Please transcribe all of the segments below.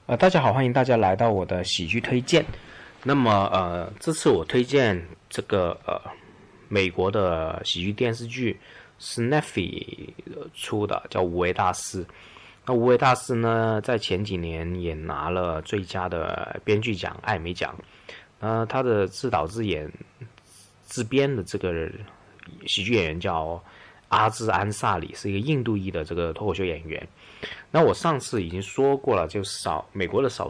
大家好，欢迎大家来到我的喜剧推荐。那么这次我推荐这个美国的喜剧电视剧是 Netflix 出的，叫《无畏大师》。那《无畏大师》呢，在前几年也拿了最佳的编剧奖、艾美奖。他的自导自演、自编的这个喜剧演员叫阿兹安萨里，是一个印度裔的这个脱口秀演员。那我上次已经说过了，就美国的少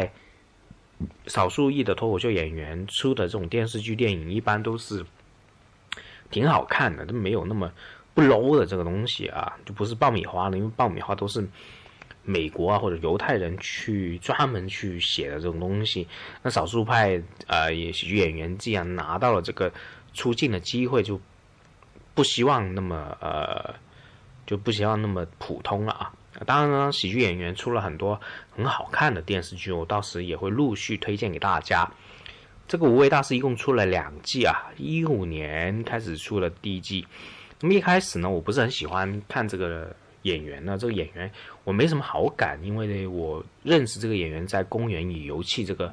数裔的脱口秀演员出的这种电视剧电影，一般都是挺好看的，都没有那么不 low 的这个东西啊，就不是爆米花的，因为爆米花都是美国或者犹太人专门去写的这种东西。那少数派喜剧演员既然拿到了这个出镜的机会，就不希望那么普通了啊。当然呢，喜剧演员出了很多很好看的电视剧，我到时也会陆续推荐给大家。这个《无畏大师》一共出了2季啊，15年开始出了第1季。那么一开始呢，我不是很喜欢看这个演员呢，这个演员我没什么好感，因为我认识这个演员在《公园与游戏》这个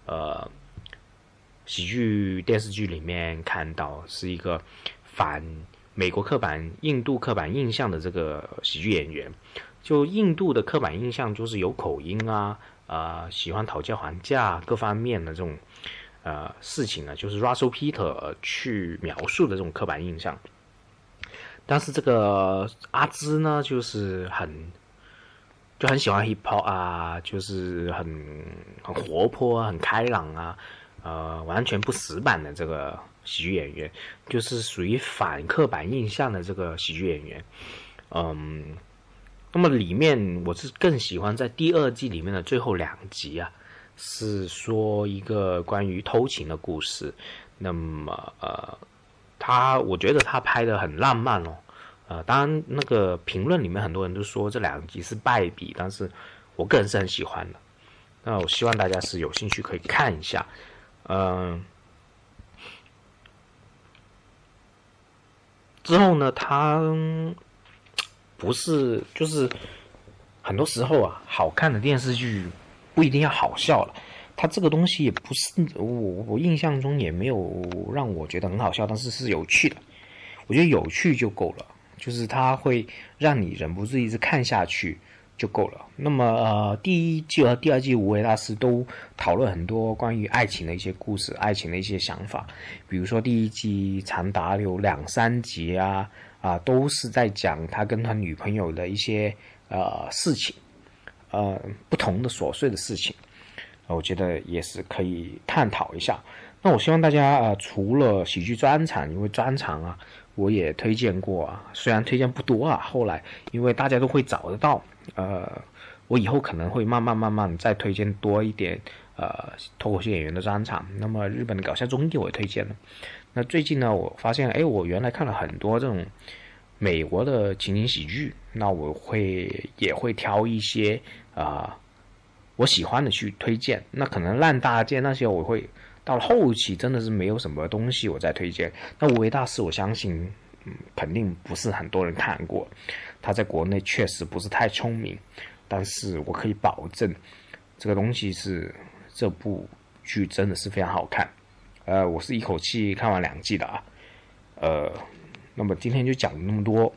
喜剧电视剧里面看到，是一个反美国印度刻板印象的这个喜剧演员。就印度的刻板印象就是有口音喜欢讨价还价各方面的这种事情呢，就是 Russell Peter 去描述的这种刻板印象。但是这个阿兹呢，就是很喜欢 hip hop 就是很活泼、很开朗完全不死板的这个喜剧演员，就是属于反刻板印象的这个喜剧演员。那么里面我是更喜欢在第2季里面的最后2集是说一个关于偷情的故事。那么我觉得他拍得很浪漫当然那个评论里面很多人都说这2集是败笔，但是我个人是很喜欢的。那我希望大家是有兴趣可以看一下。之后呢，他不是，就是很多时候好看的电视剧不一定要好笑了。它这个东西也不是我印象中也没有让我觉得很好笑，但是是有趣的。我觉得有趣就够了，就是它会让你忍不住一直看下去就够了。那么第1季和第2季《无畏大师》都讨论很多关于爱情的一些故事、爱情的一些想法。比如说第1季长达有2-3集都是在讲他跟他女朋友的一些事情，不同的琐碎的事情，我觉得也是可以探讨一下。那我希望大家除了喜剧专场，因为专场我也推荐过虽然推荐不多后来因为大家都会找得到，我以后可能会慢慢再推荐多一点脱口秀演员的专场。那么日本的搞笑综艺我也推荐了。那最近呢，我发现我原来看了很多这种美国的情景喜剧，那我也会挑一些我喜欢的去推荐。那可能烂大街那些我会到了后期真的是没有什么东西我再推荐。那《无畏大师》我相信肯定不是很多人看过，他在国内确实不是太聪明，但是我可以保证这个东西是这部剧真的是非常好看。我是一口气看完2季的那么今天就讲那么多。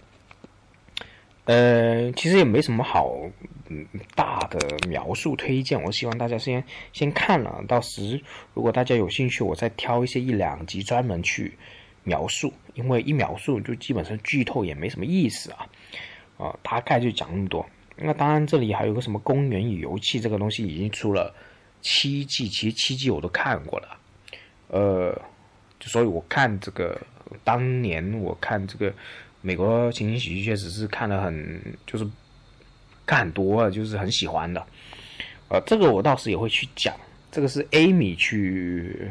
其实也没什么好大的描述推荐，我希望大家先看了，到时如果大家有兴趣，我再挑一些1-2集专门去描述，因为一描述就基本上剧透也没什么意思大概就讲那么多。那当然这里还有个什么《公园与游戏》，这个东西已经出了7季，其实7季我都看过了。所以我看这个当年我看这个美国情景喜剧确实是看了就是看很多就是很喜欢的。这个我倒是也会去讲，这个是 Amy 去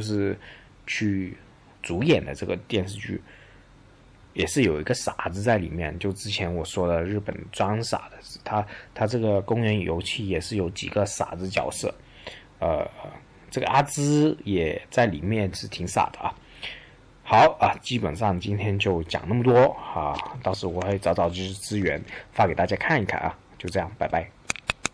主演的这个电视剧，也是有一个傻子在里面，就之前我说的日本装傻的，他这个公园与游戏也是有几个傻子角色，这个阿兹也在里面是挺傻的好基本上今天就讲那么多到时候我会找就是资源发给大家看一看就这样，拜拜。